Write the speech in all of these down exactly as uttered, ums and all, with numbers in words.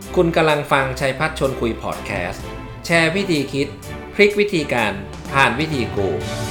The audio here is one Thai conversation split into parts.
คุณกำลังฟังชัยพัฒน์ชวนคุยพอดแคสต์แชร์วิธีคิดพลิกวิธีการผ่านวิธีกู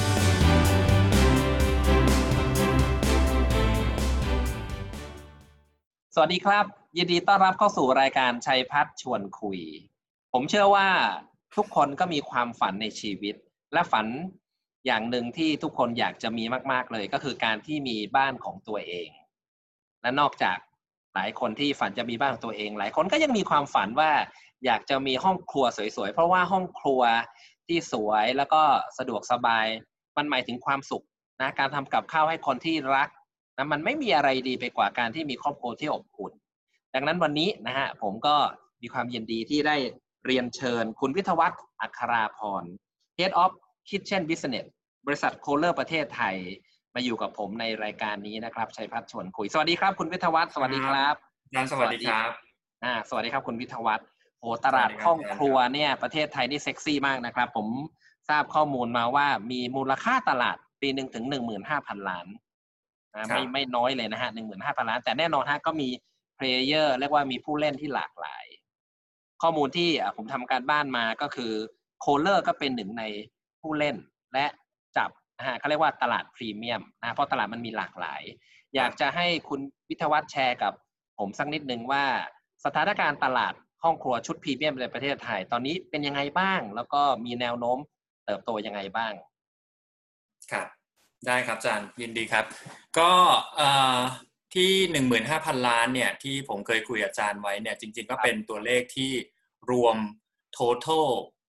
สวัสดีครับยินดีต้อนรับเข้าสู่รายการชัยพัฒน์ชวนคุยผมเชื่อว่าทุกคนก็มีความฝันในชีวิตและฝันอย่างหนึ่งที่ทุกคนอยากจะมีมากๆเลยก็คือการที่มีบ้านของตัวเองและนอกจากหลายคนที่ฝันจะมีบ้านของตัวเองหลายคนก็ยังมีความฝันว่าอยากจะมีห้องครัวสวยๆเพราะว่าห้องครัวที่สวยแล้วก็สะดวกสบายมันหมายถึงความสุขนะการทำกับข้าวให้คนที่รักนะมันไม่มีอะไรดีไปกว่าการที่มีครอบครัวที่อบอุ่นดังนั้นวันนี้นะฮะผมก็มีความยินดีที่ได้เรียนเชิญคุณวิทยวัฒน์อัคราพร Head of Kitchen Business บริษัทโคเลอร์ประเทศไทยมาอยู่กับผมในรายการนี้นะครับชัยพัฒน์ชวนคุยสวัสดีครับคุณวิทยวัฒน์สวัสดีครับอาจารย์สวัสดีครับอ่าสวัสดีครับคุณวิทยวัฒน์โอ้ตลาดห้องครัวเนี่ยประเทศไทยนี่เซ็กซี่มากนะครับผมทราบข้อมูลมาว่ามีมูลค่าตลาดปีนึงถึง หนึ่งหมื่นห้าพัน ล้านนะไม่ไม่น้อยเลยนะฮะ หนึ่งหมื่นห้าพัน ล้านแต่แน่นอนฮะก็มีเพลเยอร์เรียกว่ามีผู้เล่นที่หลากหลายข้อมูลที่ผมทำการบ้านมาก็คือโคเลอร์ก็เป็นหนึ่งในผู้เล่นและจับนะฮะเขาเรียกว่าตลาดพรีเมียมนะเพราะตลาดมันมีหลากหลายอยากจะให้คุณวิทยวัฒน์แชร์กับผมสักนิดนึงว่าสถานการณ์ตลาดห้องครัวชุดพรีเมียมในประเทศไทยตอนนี้เป็นยังไงบ้างแล้วก็มีแนวโน้มเติบโตยังไงบ้างครับได้ครับอาจารย์ยินดีครับก็ที่ หนึ่งหมื่นห้าพัน ล้านเนี่ยที่ผมเคยคุยอาจารย์ไว้เนี่ยจริงๆก็เป็นตัวเลขที่รวม total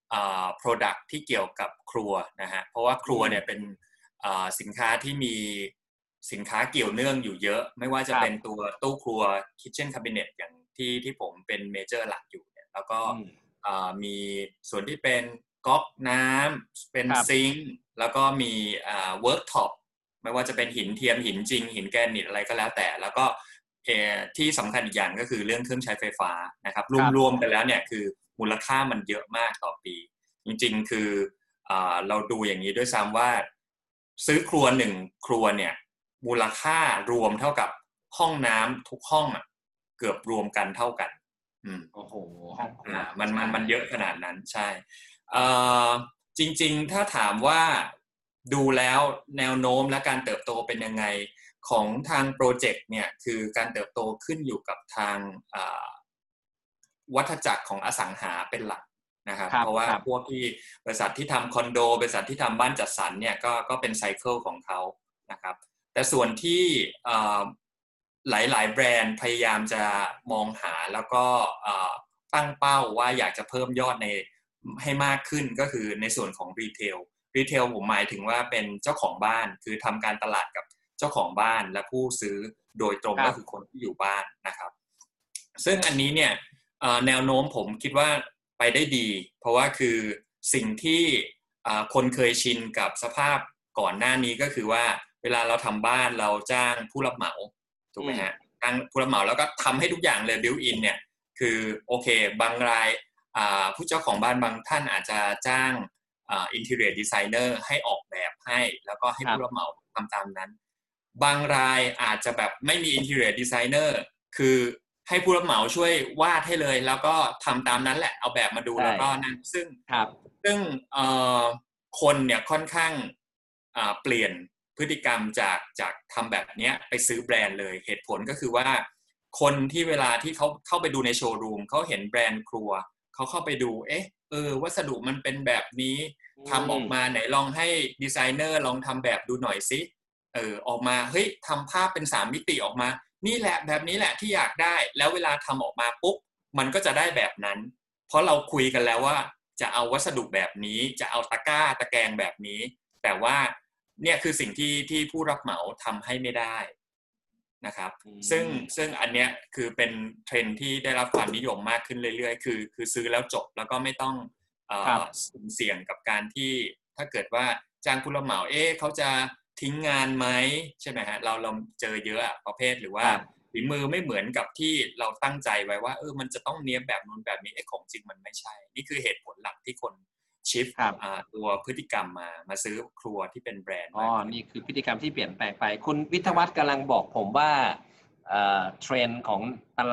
product ที่เกี่ยวกับครัวนะฮะเพราะว่าครัวเนี่ยเป็นสินค้าที่มีสินค้าเกี่ยวเนื่องอยู่เยอะไม่ว่าจะเป็นตัวตู้ครัว kitchen cabinet อย่างที่ที่ผมเป็นเมเจอร์หลักอยู่เนี่ยแล้วก็มีส่วนที่เป็นก๊อกน้ำเป็นซิงค์แล้วก็มีเวิร์กท็อปไม่ว่าจะเป็นหินเทียมหินจริงหินแกรนิตอะไรก็แล้วแต่แล้วก็ที่สำคัญอีกอย่างก็คือเรื่องเครื่องใช้ไฟฟ้านะครับรวมๆกันแล้วเนี่ยคือมูลค่ามันเยอะมากต่อปีจริงๆคือเราดูอย่างนี้ด้วยซ้ำว่าซื้อครัวหนึ่งครัวเนี่ยมูลค่ารวมเท่ากับห้องน้ำทุกห้องอ่ะเกือบรวมกันเท่ากันอืมโอ้โหห้องครัวมันมันมันเยอะขนาดนั้นใช่จริงๆถ้าถามว่าดูแล้วแนวโน้มและการเติบโตเป็นยังไงของทางโปรเจกต์เนี่ยคือการเติบโตขึ้นอยู่กับทางวัฏจักรของอสังหาเป็นหลักนะครับเพราะว่าพวกที่บริษัทที่ทำคอนโดบริษัทที่ทำบ้านจัดสรรเนี่ยก็ก็เป็นไซเคิลของเขานะครับแต่ส่วนที่หลายๆแบรนด์พยายามจะมองหาแล้วก็ตั้งเป้าว่าอยากจะเพิ่มยอดในให้มากขึ้นก็คือในส่วนของรีเทลรีเทลผมหมายถึงว่าเป็นเจ้าของบ้านคือทำการตลาดกับเจ้าของบ้านและผู้ซื้อโดยตรงก็คือคนที่อยู่บ้านนะครับซึ่งอันนี้เนี่ยแนวโน้มผมคิดว่าไปได้ดีเพราะว่าคือสิ่งที่คนเคยชินกับสภาพก่อนหน้านี้ก็คือว่าเวลาเราทำบ้านเราจ้างผู้รับเหมาถูกไหมฮะจ้างผู้รับเหมาแล้วก็ทำให้ทุกอย่างเลยบิวอินเนี่ยคือโอเคบางรายผู้เจ้าของบ้านบางท่านอาจจะจ้างอินทีเรียดีไซเนอร์ให้ออกแบบให้แล้วก็ให้ผู้รับเหมาทำตามนั้นบางรายอาจจะแบบไม่มีอินทีเรียดีไซเนอร์คือให้ผู้รับเหมาช่วยวาดให้เลยแล้วก็ทำตามนั้นแหละเอาแบบมาดูแล้วก็นั่นซึ่งซึ่งคนเนี่ยค่อนข้างเปลี่ยนพฤติกรรมจากจากทำแบบนี้ไปซื้อแบรนด์เลยเหตุผลก็คือว่าคนที่เวลาที่เขาเข้าไปดูในโชว์รูมเขาเห็นแบรนด์ครัวเขาเข้าไปดูเอ๊ะเออวัสดุมันเป็นแบบนี้ทำออกมาไหนลองให้ดีไซเนอร์ลองทำแบบดูหน่อยสิเออออกมาเฮ้ยทำภาพเป็นสามมิติออกมานี่แหละแบบนี้แหละที่อยากได้แล้วเวลาทำออกมาปุ๊บมันก็จะได้แบบนั้นเพราะเราคุยกันแล้วว่าจะเอาวัสดุแบบนี้จะเอาตะกร้าตะแกรงแบบนี้แต่ว่าเนี่ยคือสิ่งที่ที่ผู้รับเหมาทำให้ไม่ได้นะครับซึ่งซึ่งอันเนี้ยคือเป็นเทรนด์ที่ได้รับความนิยมมากขึ้นเรื่อยๆคือคือซื้อแล้วจบแล้วก็ไม่ต้องเอ่อสุ่มเสี่ยงกับการที่ถ้าเกิดว่าจ้างผู้รับเหมาเอ๊ะเขาจะทิ้งงานไหมใช่ไหมฮะเราเราเจอเยอะประเภทหรือว่าฝีมือไม่เหมือนกับที่เราตั้งใจไว้ว่าเออมันจะต้องเนี้ยแบบนู้นแบบนี้ไอ้ของจริงมันไม่ใช่นี่คือเหตุผลหลักที่คนชิฟต์ตัวพฤติกรรมมามาซื้อครัวที่เป็นแบรนด์อ๋อนี่คือพฤติกรรมที่เปลี่ยนแปลงไปคุณวิทยวัฒน์กำลังบอกผมว่าเทรนด์ของตลาดค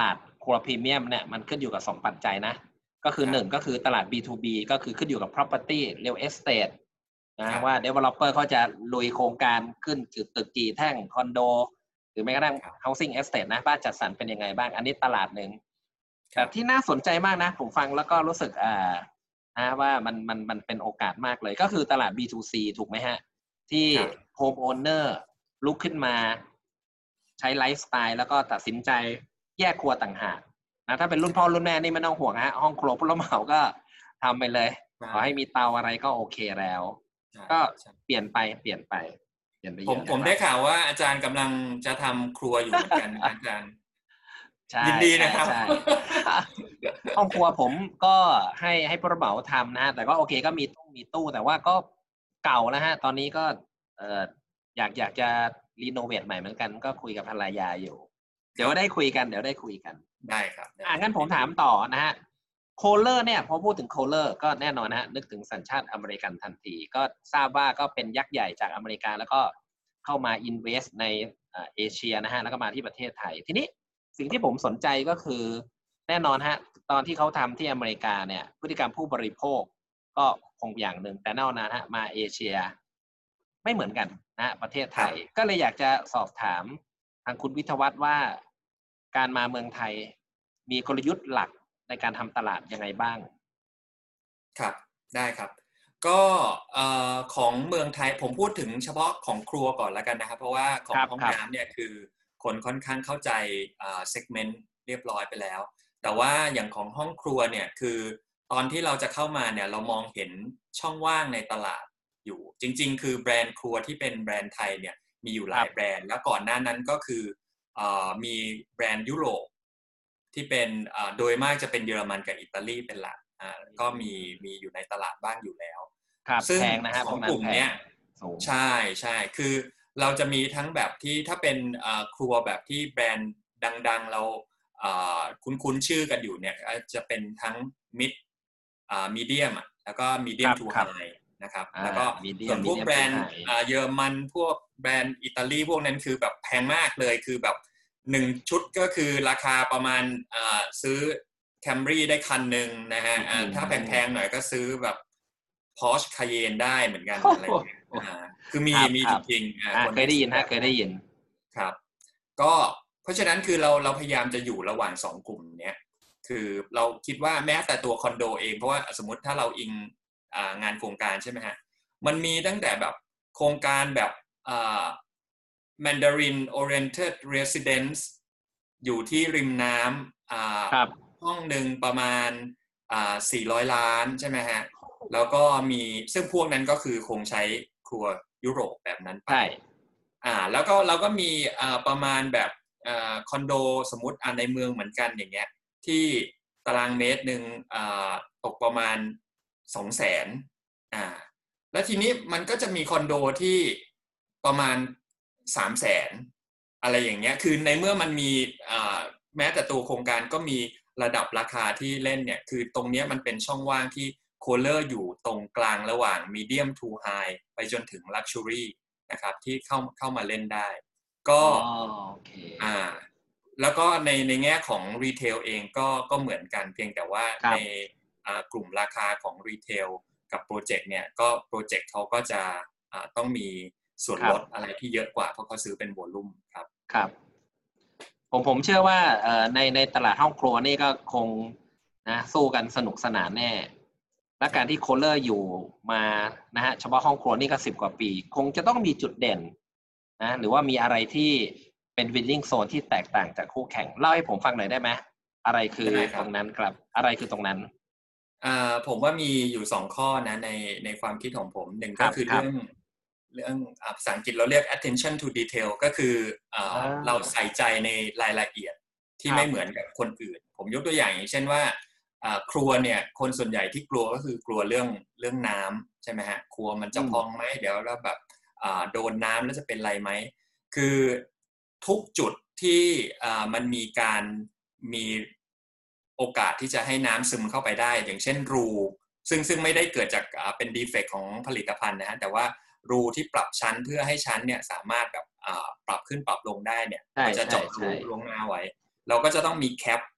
รัวพรีเมียมเนี่ยมันขึ้นอยู่กับสองปัจจัยนะก็คือหนึ่งก็คือตลาด บี ทู บี ก็คือขึ้นอยู่กับ property real estate นะว่า developer เขาจะลุยโครงการขึ้นตึกกี่แท่งคอนโดหรือแม้กระทั่ง housing estate นะบ้านจัดสรรเป็นยังไงบ้างอันนี้ตลาดหนึ่งแต่ที่น่าสนใจมากนะผมฟังแล้วก็รู้สึกอ่านะว่ามันมันมันเป็นโอกาสมากเลยก็คือตลาด บี ทู ซี ถูกไหมฮะที่ home owner ลุกขึ้นมาใช้ไลฟ์สไตล์แล้วก็ตัดสินใจแยกครัวต่างหากนะถ้าเป็นรุ่นพ่อรุ่นแม่นี่ไม่ต้องห่วงฮะห้องครัวผู้รับเหมาก็ทำไปเลยขอให้มีเตาอะไรก็โอเคแล้วก็เปลี่ยนไปเปลี่ยนไปเปลี่ยนไปเยอะผมผมได้ข่าวว่าอาจารย์กำลังจะทำครัวอยู่เหมือนกันอาจารย์ยินดีนะครับห้องครัวผมก็ให้ให้ผู้รับเหมาทำนะแต่ก็โอเคก็มีตู้มีตู้แต่ว่าก็เก่าแล้วฮะตอนนี้ก็เอออยากอยากจะรีโนเวทใหม่เหมือนกันก็คุยกับภรรยาอยู่เดี๋ยวได้คุยกันเดี๋ยวได้คุยกันได้ครับอ่ะงั้นผมถามต่อนะฮะโคลเลอร์เนี่ยพอพูดถึงโคลเลอร์ก็แน่นอนนะฮะนึกถึงสัญชาติอเมริกันทันทีก็ทราบว่าก็เป็นยักษ์ใหญ่จากอเมริกาแล้วก็เข้ามาอินเวสต์ในเอเชียนะฮะแล้วก็มาที่ประเทศไทยทีนี้สิ่งที่ผมสนใจก็คือแน่นอนฮะตอนที่เขาทำที่อเมริกาเนี่ยพฤติกรรมผู้บริโภคก็คงอย่างหนึ่งแต่แน่นอนนะฮะมาเอเชียไม่เหมือนกันนะประเทศไทยก็เลยอยากจะสอบถามทางคุณวิทยวัฒน์ว่าการมาเมืองไทยมีกลยุทธ์หลักในการทำตลาดยังไงบ้างครับได้ครับก็ของเมืองไทยผมพูดถึงเฉพาะของครัวก่อนแล้วกันนะครับเพราะว่าของห้องน้ำเนี่ยคือคนค่อนข้างเข้าใจเซกเมนต์เรียบร้อยไปแล้วแต่ว่าอย่างของห้องครัวเนี่ยคือตอนที่เราจะเข้ามาเนี่ยเรามองเห็นช่องว่างในตลาดอยู่จริงๆคือแบรนด์ครัวที่เป็นแบรนด์ไทยเนี่ยมีอยู่หลายแบรนด์แล้วก่อนหน้านั้นก็คือมีแบรนด์ยุโรปที่เป็นโดยมากจะเป็นเยอรมันกับอิตาลีเป็นหลักก็มีมีอยู่ในตลาดบ้างอยู่แล้วซึ่งสองกลุ่มเนี้ยใช่ใช่คือเราจะมีทั้งแบบที่ถ้าเป็นครัวแบบที่แบรนด์ดังๆเราคุ้นๆชื่อกันอยู่เนี่ยจะเป็นทั้งมิดมีเดียมแล้วก็มีเดียมทูไฮนะครับแล้วก็ส่วนพวกแบรนด์เยอรมันพวกแบรนด์อิตาลีพวกนั้นคือแบบแพงมากเลยคือแบบหนึ่งชุดก็คือราคาประมาณซื้อแคมรี่ได้คันหนึ่งนะฮะถ้าแพงๆหน่อยก็ซื้อแบบ Porsche Cayenne ได้เหมือนกันอะไรอย่างเงี้ยคือมีมีจริงๆเคยได้ยินฮะเคยได้ยินครับก็เพราะฉะนั้นคือเราเราพยายามจะอยู่ระหว่างสองกลุ่มเนี้ยคือเราคิดว่าแม้แต่ตัวคอนโดเองเพราะว่าสมมติถ้าเราอิงงานโครงการใช่ไหมฮะมันมีตั้งแต่แบบโครงการแบบMandarin Oriented Residence อยู่ที่ริมน้ำห้องหนึ่งประมาณสี่ร้อยล้านใช่ไหมฮะแล้วก็มีซึ่งพวกนั้นก็คือคงใช้ครัวยุโรปแบบนั้นไปอ่าแล้วก็เราก็มีประมาณแบบคอนโดสมมติในเมืองเหมือนกันอย่างเงี้ยที่ตารางเมตรหนึ่งตกประมาณสองแสนอ่าแล้วทีนี้มันก็จะมีคอนโดที่ประมาณสามแสนอะไรอย่างเงี้ยคือในเมื่อมันมีแม้แต่ตัวโครงการก็มีระดับราคาที่เล่นเนี่ยคือตรงนี้มันเป็นช่องว่างที่โคเลอร์อยู่ตรงกลางระหว่าง medium to high ไปจนถึง luxury นะครับที่เข้าเข้ามาเล่นได้ก็อ่าแล้วก็ในในแง่ของรีเทลเองก็ก็เหมือนกันเพียงแต่ว่าในกลุ่มราคาของรีเทลกับโปรเจกต์เนี่ยก็โปรเจกต์เขาก็จะต้องมีส่วนลดอะไรที่เยอะกว่าเพราะเขาซื้อเป็นวอลลุ่มครับครับผมผมเชื่อว่าในในตลาดห้องครัวนี่ก็คงนะสู้กันสนุกสนานแน่และการที่โคเลอร์อยู่มานะฮะเฉพาะห้องครัวนี่ก็สิบกว่าปีคงจะต้องมีจุดเด่นนะหรือว่ามีอะไรที่เป็นวินนิ่งโซนที่แตกต่างจากคู่แข่งเล่าให้ผมฟังหน่อยได้ไหมอะไรคือตรงนั้นครับอะไรคือตรงนั้นอ่าผมว่ามีอยู่สองข้อนะในในความคิดของผมหนึ่งก็คือเรื่องเรื่องภาษาอังกฤษเราเรียก attention to detail ก็คือเราใส่ใจในรายละเอียดที่ไม่เหมือนกับคนอื่นผมยกตัวอย่างอย่างเช่นว่าครัวเนี่ยคนส่วนใหญ่ที่กลัวก็คือกลัวเรื่องเรื่องน้ำใช่ไหมฮะครัวมันจะพองไหมเดี๋ยวแล้วแบบโดนน้ำแล้วจะเป็นไรไหมคือทุกจุดที่มันมีการมีโอกาสที่จะให้น้ำซึมเข้าไปได้อย่างเช่นรูซึ่งซึ่งไม่ได้เกิดจากเป็นดีเฟกต์ของผลิตภัณฑ์นะฮะแต่ว่ารูที่ปรับชั้นเพื่อให้ชั้นเนี่ยสามารถแบบปรับขึ้นปรับลงได้เนี่ยก็จะเจาะรูลงหน้าไว้เราก็จะต้องมีแคปปิด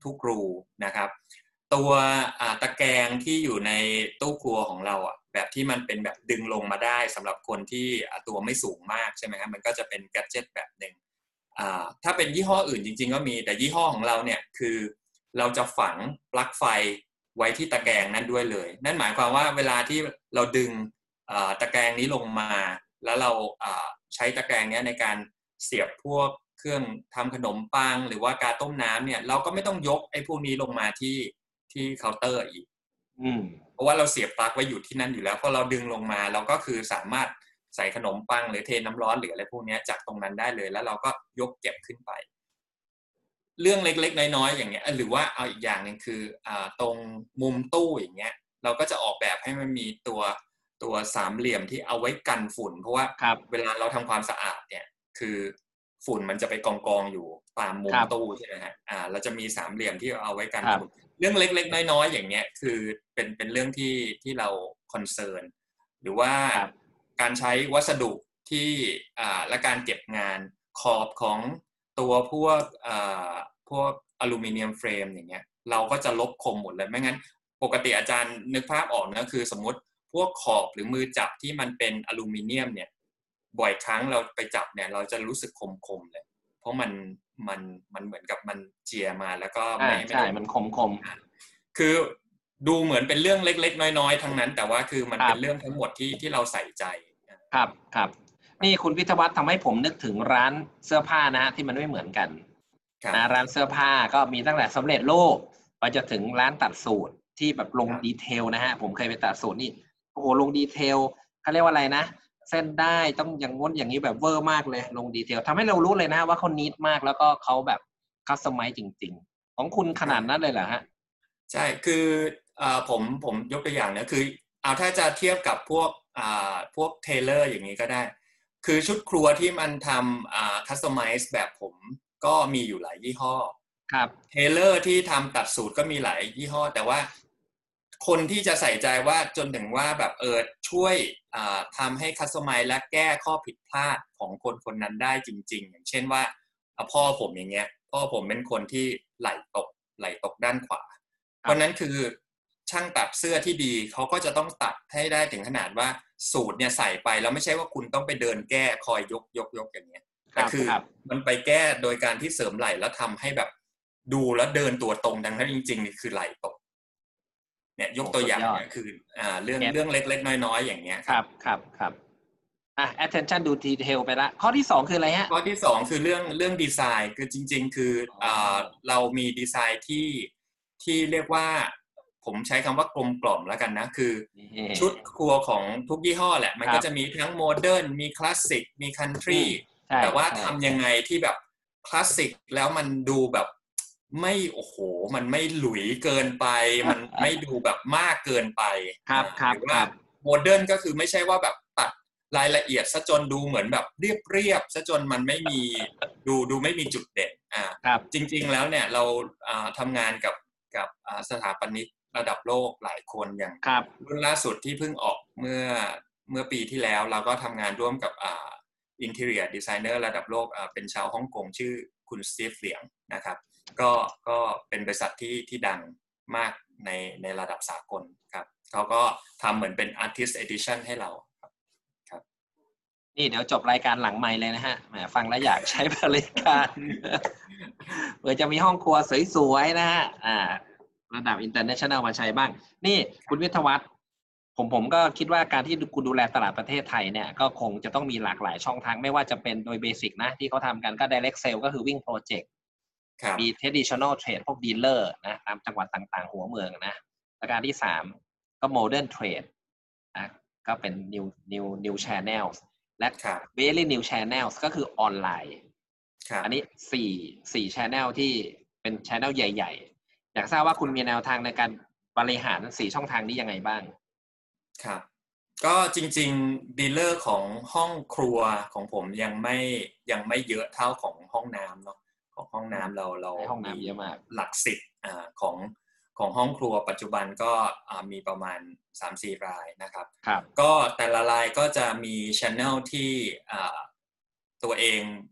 ทุกรูนะครับตัวตะแกรงที่อยู่ในตู้ครัวของเราอ่ะแบบที่มันเป็นแบบดึงลงมาได้สำหรับคนที่ตัวไม่สูงมากใช่ไหมครับมันก็จะเป็นแกดเจ็ตแบบหนึ่งถ้าเป็นยี่ห้ออื่นจริงๆก็มีแต่ยี่ห้อของเราเนี่ยคือเราจะฝังปลั๊กไฟไว้ที่ตะแกรงนั้นด้วยเลยนั่นหมายความว่าเวลาที่เราดึงตะแกรงนี้ลงมาแล้วเราใช้ตะแกรงนี้ในการเสียบพวกเครื่องทำขนมปังหรือว่าการต้มน้ำเนี่ยเราก็ไม่ต้องยกไอ้พวกนี้ลงมาที่ที่เคาน์เตอร์อีกเพราะว่าเราเสียบปลั๊กไว้อยู่ที่นั่นอยู่แล้วพอเราดึงลงมาเราก็คือสามารถใส่ขนมปังหรือเทน้ำร้อนหรืออะไรพวกนี้จากตรงนั้นได้เลยแล้วเราก็ยกเก็บขึ้นไปเรื่องเล็กๆน้อยๆอย่างเงี้ยหรือว่าเอาอีกอย่างนึงคืออ่าตรงมุมตู้อย่างเงี้ยเราก็จะออกแบบให้มันมีตัวตัวสามเหลี่ยมที่เอาไว้กันฝุ่นเพราะว่าเวลาเราทำความสะอาดเนี่ยคือฝุ่นมันจะไปกองกองอยู่ตามมุมตู้ใช่ไหมฮะอ่าเราจะมีสามเหลี่ยมที่เอาไว้กันฝุ่นเรื่องเล็กๆน้อยๆอย่างเงี้ยคือเป็นเป็นเรื่องที่ที่เราคอนเซิร์นหรือว่าการใช้วัสดุที่อ่าและการเก็บงานขอบของตัวพวกอ่าพวกอลูมิเนียมเฟรมอย่างเงี้ยเราก็จะลบคมหมดเลยไม่งั้นปกติอาจารย์นึกภาพออกนะคือสมมติพวกขอบหรือมือจับที่มันเป็นอลูมิเนียมเนี่ยบ่อยครั้งเราไปจับเนี่ยเราจะรู้สึกคมๆเลยเพราะมันมันมันเหมือนกับมันเจียมาแล้วก็ไม่ไม่ใช่มันคมๆคือดูเหมือนเป็นเรื่องเล็กๆน้อยๆทั้งนั้นแต่ว่าคือมันเป็นเรื่องทั้งหมดที่ที่เราใส่ใจครับครับนี่คุณวิทยวัฒน์ทำให้ผมนึกถึงร้านเสื้อผ้านะที่มันไม่เหมือนกันนะร้านเสื้อผ้าก็มีตั้งแต่สำเร็จรูปไปจนถึงร้านตัดสูตรที่แบบลงดีเทลนะฮะผมเคยไปตัดสูตรนี่โอ้โหลงดีเทลเขาเรียกว่าอะไรนะเส้นได้ต้องอย่างง้นอย่างนี้แบบเวอร์มากเลยลงดีเทลทำให้เรารู้เลยนะว่าเขานิดมากแล้วก็เขาแบบคัสตอมไมซ์จริงๆของคุณขนาดนั้นเลยเหรอฮะใช่คืออ่าผมผมยกตัวอย่างนะคือเอาถ้าจะเทียบกับพวกอ่าพวกเทเลอร์อย่างนี้ก็ได้คือชุดครัวที่มันทำอ่าคัสตอมไมซ์แบบผมก็มีอยู่หลายยี่ห้อครับเทเลอร์ที่ทำตัดสูตรก็มีหลายยี่ห้อแต่ว่าคนที่จะใส่ใจว่าจนถึงว่าแบบเออช่วยทำให้คัสตอมไมซ์และแก้ข้อผิดพลาดของคนคนนั้นได้จริงๆอย่างเช่นว่าพ่อผมอย่างเงี้ยพ่อผมเป็นคนที่ไหล่ตกไหล่ตกด้านขวาเพราะนั้นคือช่างตัดเสื้อที่ดีเขาก็จะต้องตัดให้ได้ถึงขนาดว่าสูตรเนี่ยใส่ไปแล้วไม่ใช่ว่าคุณต้องไปเดินแก้คอยยกยกยกอย่างเงี้ยแต่คือมันไปแก้โดยการที่เสริมไหล่แล้วทำให้แบบดูแล้วเดินตัวตรงดังนั้นจริงๆนี่คือไหล่ตกเนี่ยยกตัวอย่างเนี่ยคืออ่าเรื่องเรื่องเล็กๆน้อยๆอย่างเงี้ยครับครับครับอ่ะ attention to detail ไปละข้อที่สองคืออะไรฮะข้อที่สองคือเรื่องเรื่องดีไซน์คือจริงๆคืออ่าเรามีดีไซน์ที่ที่เรียกว่าผมใช้คำว่ากลมกล่อมแล้วกันนะคือชุดครัวของทุกยี่ห้อแหละมันก็จะมีทั้งโมเดิร์นมีคลาสสิกมีคันทรีแต่ว่าทำยังไงที่แบบคลาสสิกแล้วมันดูแบบไม่โอ้โหมันไม่หลุยเกินไปมันไม่ดูแบบมากเกินไปครับครับหรือว่าโมเดิร์นก็คือไม่ใช่ว่าแบบตัดรายละเอียดซะจนดูเหมือนแบบเรียบๆซะจนมันไม่มีดูดูไม่มีจุดเด่นอ่าจริงๆแล้วเนี่ยเราอ่าทำงานกับกับสถาปนิกระดับโลกหลายคนอย่างรุ่นล่าสุดที่เพิ่งออกเมื่อเมื่อปีที่แล้วเราก็ทำงานร่วมกับอ่า interior designer ระดับโลกอ่าเป็นชาวฮ่องกงชื่อคุณสตีฟเหลียงนะครับก็ก็เป็นบริษัทที่ที่ดังมากในในระดับสากลครับเขาก็ทำเหมือนเป็น artist edition ให้เราครับนี่เดี๋ยวจบรายการหลังไมค์เลยนะฮะแหมฟังแล้วอยากใช้บริการเผื่อจะมีห้องครัวสวยๆนะฮะอ่าระดับ international มาใช้บ้างนี่คุณวิทยวัฒน์ผมผมก็คิดว่าการที่คุณดูแลตลาดประเทศไทยเนี่ยก็คงจะต้องมีหลากหลายช่องทางไม่ว่าจะเป็นโดยเบสิกนะที่เขาทำกันก็ direct sale ก็คือวิ่งโปรเจกต์มี traditional trade พวก dealer นะตามจังหวัดต่างๆหัวเมืองนะประการที่สามก็ modern trade นะก็เป็น new new new channels และ very new channels ก็คือออนไลน์อันนี้สี่สี่ channel ที่เป็น channel ใหญ่ๆอยากทราบว่าคุณมีแนวทางในการบริหารสี่ช่องทางนี้ยังไงบ้างครับก็จริงๆดีลเลอร์ของห้องครัวของผมยังไม่ยังไม่เยอะเท่าของห้องน้ำเนาะของห้องน้ำเราเราห้องน้ำเยอะมากหลักสิบอ่าของของห้องครัวปัจจุบันก็มีประมาณ สามถึงสี่ รายนะครับก็แต่ละรายก็จะมี channel ที่ตัวเอง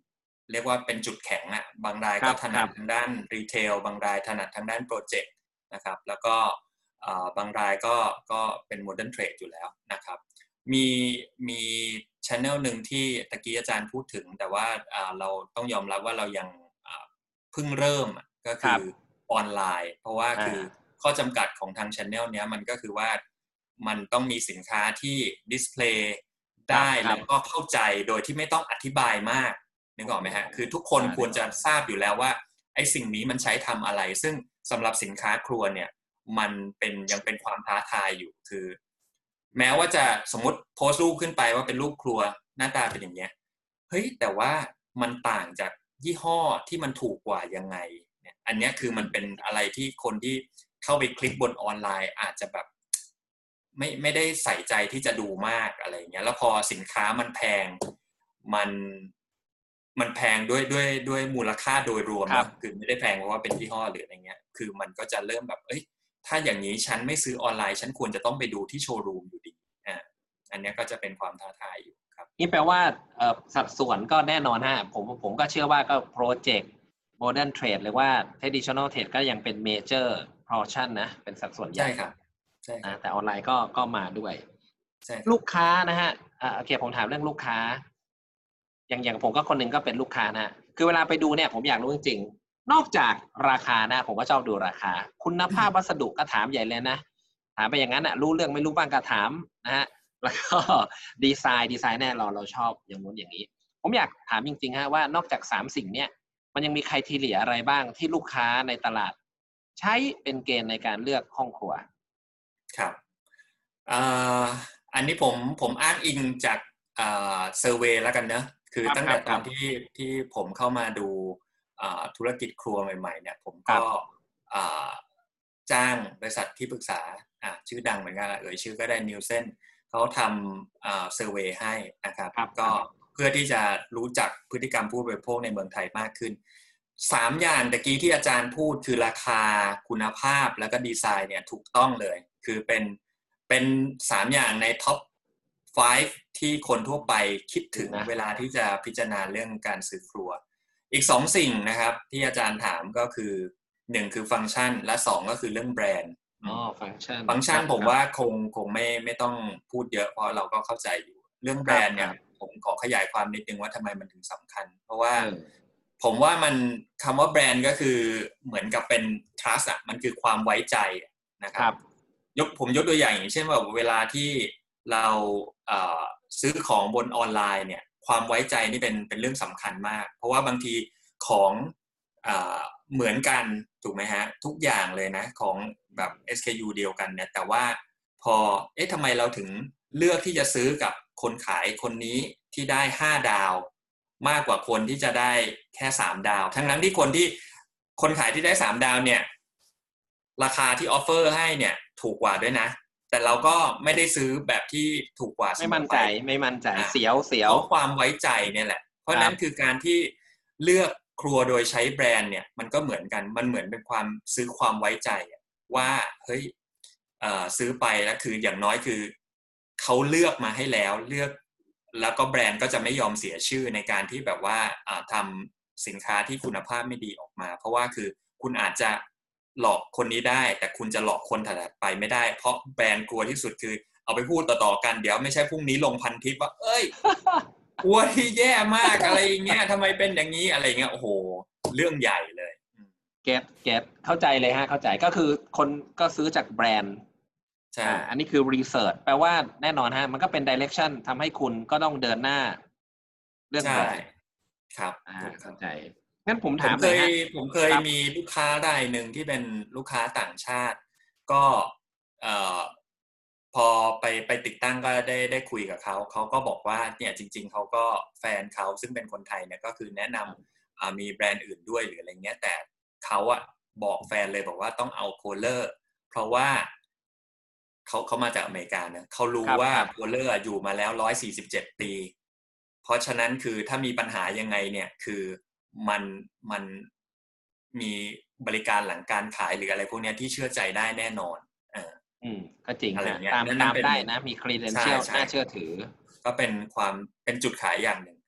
เรียกว่าเป็นจุดแข็งอ่ะบางรายก็ถนัดทางด้านรีเทลบางรายถนัดทางด้านโปรเจกต์นะครับแล้วก็บางรายก็ก็เป็นโมเดิร์นเทรดอยู่แล้วนะครับมีมี channel หนึ่งที่ตะกี้อาจารย์พูดถึงแต่ว่าเราต้องยอมรับว่าเรายังเพิ่งเริ่มก็คือออนไลน์เพราะว่าคือข้อจำกัดของทาง channel เนี้ยมันก็คือว่ามันต้องมีสินค้าที่ดิสเพลย์ได้แล้วก็เข้าใจโดยที่ไม่ต้องอธิบายมากนึกออกไหมฮะคือทุกคนควรจะทราบอยู่แล้วว่าไอ้สิ่งนี้มันใช้ทำอะไรซึ่งสำหรับสินค้าครัวเนี่ยมันเป็นยังเป็นความท้าทายอยู่คือแม้ว่าจะสมมติโพสต์รูปขึ้นไปว่าเป็นรูปครัวหน้าตาเป็นอย่างเงี้ยเฮ้ยแต่ว่ามันต่างจากยี่ห้อที่มันถูกกว่ายังไงเนี่ยอันนี้คือมันเป็นอะไรที่คนที่เข้าไปคลิกบนออนไลน์อาจจะแบบไม่ไม่ได้ใส่ใจที่จะดูมากอะไรเงี้ยแล้วพอสินค้ามันแพงมันมันแพงด้วยด้วยด้วยมูลค่าโดยรวมนะคือไม่ได้แพงเพราะว่าเป็นยี่ห้อหรืออะไรเงี้ยคือมันก็จะเริ่มแบบเอ้ยถ้าอย่างนี้ฉันไม่ซื้อออนไลน์ฉันควรจะต้องไปดูที่โชว์รูมอยู่ดีอ่าอันนี้ก็จะเป็นความท้าทายอยู่ครับนี่แปลว่าสัดส่วนก็แน่นอนฮะผมผมก็เชื่อว่าก็โปรเจกต์โมเดิร์นเทรดหรือว่า traditional trade ก็ยังเป็น major portion นะเป็นสัดส่วนใหญ่ใช่ครับใช่ครับแต่ออนไลน์ก็ก็มาด้วยใช่ลูกค้านะฮะอ่าโอเคผมถามเรื่องลูกค้าอย่างอย่างผมก็คนนึงก็เป็นลูกค้านะคือเวลาไปดูเนี่ยผมอยากรู้จริงๆนอกจากราคานะผมก็ชอบดูราคาคุณภาพวัสดุก็ถามใหญ่เลยนะถามไปอย่างนั้นนะรู้เรื่องไม่รู้บ้างก็ถามนะฮะแล้วก็ดีไซน์ดีไซน์แน่เราเราชอบอย่างนู้นอย่างนี้ผมอยากถามจริงๆฮะว่านอกจากสามสิ่งเนี้ยมันยังมีไครทีเรียอะไรบ้างที่ลูกค้าในตลาดใช้เป็นเกณฑ์ในการเลือกห้องครัวครับอ่าอันนี้ผมผมอ้างอิงจากอ่าเซอร์เวย์แล้วกันเนอะคือตั้งแต่ตอนที่ที่ผมเข้ามาดูธุรกิจครัวใหม่ๆเนี่ยผมก็จ้างบริษัทที่ปรึกษาชื่อดังเหมือนกันเอ่ยชื่อก็ได้นิวเซนเขาทำเซอร์เวย์ให้นะครับก็เพื่อที่จะรู้จักพฤติกรรมผู้บริโภคในเมืองไทยมากขึ้นสามอย่างตะกี้ที่อาจารย์พูดคือราคาคุณภาพแล้วก็ดีไซน์เนี่ยถูกต้องเลยคือเป็นเป็นสามอย่างในท็อปห้าที่คนทั่วไปคิดถึงเวลาที่จะพิจารณาเรื่องการซื้อครัวอีกสองสิ่งนะครับที่อาจารย์ถามก็คือหนึ่งคือฟังก์ชันและสองก็คือเรื่องแบรนด์อ๋อฟังก์ชันฟังก์ชันผมว่าคงคงไม่ไม่ต้องพูดเยอะเพราะเราก็เข้าใจอยู่เรื่องแบรนด์เนี่ยผมขอขยายความนิดนึงว่าทำไมมันถึงสำคัญเพราะว่าผมว่ามันคำว่าแบรนด์ก็คือเหมือนกับเป็น trust อ่ะมันคือความไว้ใจนะครับยกผมยกตัวอย่างอย่างเช่นว่าเวลาที่เราซื้อของบนออนไลน์เนี่ยความไว้ใจนี่เป็นเป็นเรื่องสำคัญมากเพราะว่าบางทีของเหมือนกันถูกไหมฮะทุกอย่างเลยนะของแบบ เอส เค ยู เดียวกันเนี่ยแต่ว่าพอเอ๊ะทำไมเราถึงเลือกที่จะซื้อกับคนขายคนนี้ที่ได้ห้าดาวมากกว่าคนที่จะได้แค่สามดาวทั้งนั้นที่คนที่คนขายที่ได้สามดาวเนี่ยราคาที่ออฟเฟอร์ให้เนี่ยถูกกว่าด้วยนะแต่เราก็ไม่ได้ซื้อแบบที่ถูกกว่าไม่มั่นใจไม่มั่นใจเสียวเสียวเพราะความไว้ใจเนี่ยแหละเพราะนั้นคือการที่เลือกครัวโดยใช้แบรนด์เนี่ยมันก็เหมือนกันมันเหมือนเป็นความซื้อความไว้ใจว่าเฮ้ยซื้อไปแล้วคืออย่างน้อยคือเขาเลือกมาให้แล้วเลือกแล้วก็แบรนด์ก็จะไม่ยอมเสียชื่อในการที่แบบว่าทำสินค้าที่คุณภาพไม่ดีออกมาเพราะว่าคือคุณอาจจะหลอกคนนี้ได้แต่คุณจะหลอกคนถัดไปไม่ได้เพราะแบรนด์กลัวที่สุดคือเอาไปพูดต่อๆกันเดี๋ยวไม่ใช่พรุ่งนี้ลงพันทิปว่าเอ้ยกลัวที่แย่มากอะไรอย่างเงี้ยทำไมเป็นอย่างนี้อะไรเงี้ยโอ้โหเรื่องใหญ่เลยเก็ตเก็ตเข้าใจเลยฮะเข้าใจก็คือคนก็ซื้อจากแบรนด์ใช่อันนี้คือรีเสิร์ชแปลว่าแน่นอนฮะมันก็เป็นดิเรกชันทำให้คุณก็ต้องเดินหน้าเรื่องแบรนด์ครับเข้าใจงั้นผมถามเลยฮะผมเคยมีลูกค้ารายหนึ่งที่เป็นลูกค้าต่างชาติก็เอ่อพอไปไปติดตั้งก็ได้ได้คุยกับเขาเขาก็บอกว่าเนี่ยจริงๆเขาก็แฟนเขาซึ่งเป็นคนไทยเนี่ยก็คือแนะนำมีแบรนด์อื่นด้วยหรืออะไรเงี้ยแต่เขาอะบอกแฟนเลยบอกว่าต้องเอาโคลเลอร์เพราะว่าเขาเขามาจากอเมริกาเนี่ยเขารู้ว่าโคลเลอร์อยู่มาแล้วหนึ่งร้อยสี่สิบเจ็ดปีเพราะฉะนั้นคือถ้ามีปัญหายังไงเนี่ยคือมันมันมีบริการหลังการขายหรืออะไรพวกนี้ที่เชื่อใจได้แน่นอนอ่าอืมก็จริงอะไรเงี้ยตามตามได้นะมี credential น่าเชื่อถือก็เป็นความเป็นจุดขายอย่างหนึ่งครับ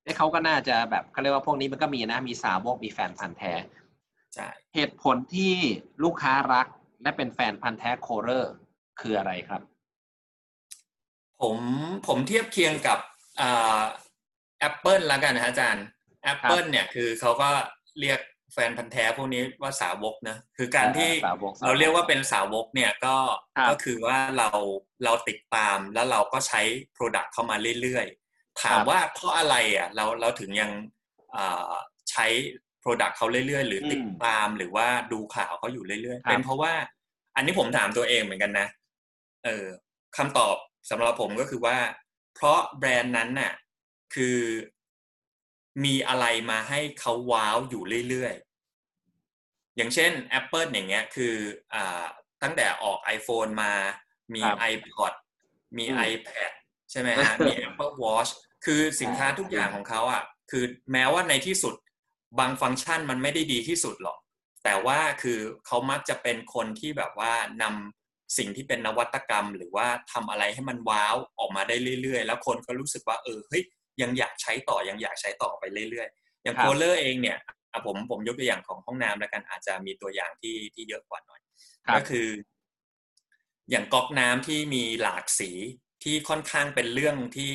ไอ้เขาก็น่าจะแบบเขาเรียกว่าพวกนี้มันก็มีนะมีสาวกมีแฟนพันธุ์แท้ใช่เหตุผลที่ลูกค้ารักและเป็นแฟนพันธุ์แท้โคเลอร์คืออะไรครับผมผมเทียบเคียงกับอ่า Apple แล้วกันนะอาจารย์ Apple เนี่ยคือเขาก็เรียกแฟนพันธุ์แท้พวกนี้ว่าสาวกนะคือการที่เราเรียกว่าเป็นสาวกเนี่ยก็ก็คือว่าเราเราติดตามแล้วเราก็ใช้ Product เข้ามาเรื่อยๆถามว่าเพราะอะไรอ่ะเราเราถึงยังใช้ Product เขาเรื่อยๆหรือติดตามหรือว่าดูข่าวเขาอยู่เรื่อยๆเป็นเพราะว่าอันนี้ผมถามตัวเองเหมือนกันนะเออคำตอบสำหรับผมก็คือว่าเพราะแบรนด์นั้นน่ะคือมีอะไรมาให้เขาว้าวอยู่เรื่อยๆอย่างเช่น Apple อย่างเงี้ยคืออ่าตั้งแต่ออก iPhone มามี iPod มี iPad ใช่ไหมฮะมี Apple Watch คือสินค้าทุกอย่างของเขาอ่ะคือแม้ว่าในที่สุดบางฟังก์ชันมันไม่ได้ดีที่สุดหรอกแต่ว่าคือเขามักจะเป็นคนที่แบบว่านำสิ่งที่เป็นนวัตกรรมหรือว่าทำอะไรให้มันว้าวออกมาได้เรื่อยๆแล้วคนก็รู้สึกว่าเออเฮ้ยยังอยากใช้ต่อยังอยากใช้ต่อไปเรื่อยๆอย่างโคเลอร์เองเนี่ยผมผมยกตัวอย่างของห้องน้ำแล้วกันอาจจะมีตัวอย่างที่ที่เยอะกว่าหน่อยก็คืออย่างก๊อกน้ำที่มีหลากสีที่ค่อนข้างเป็นเรื่องที่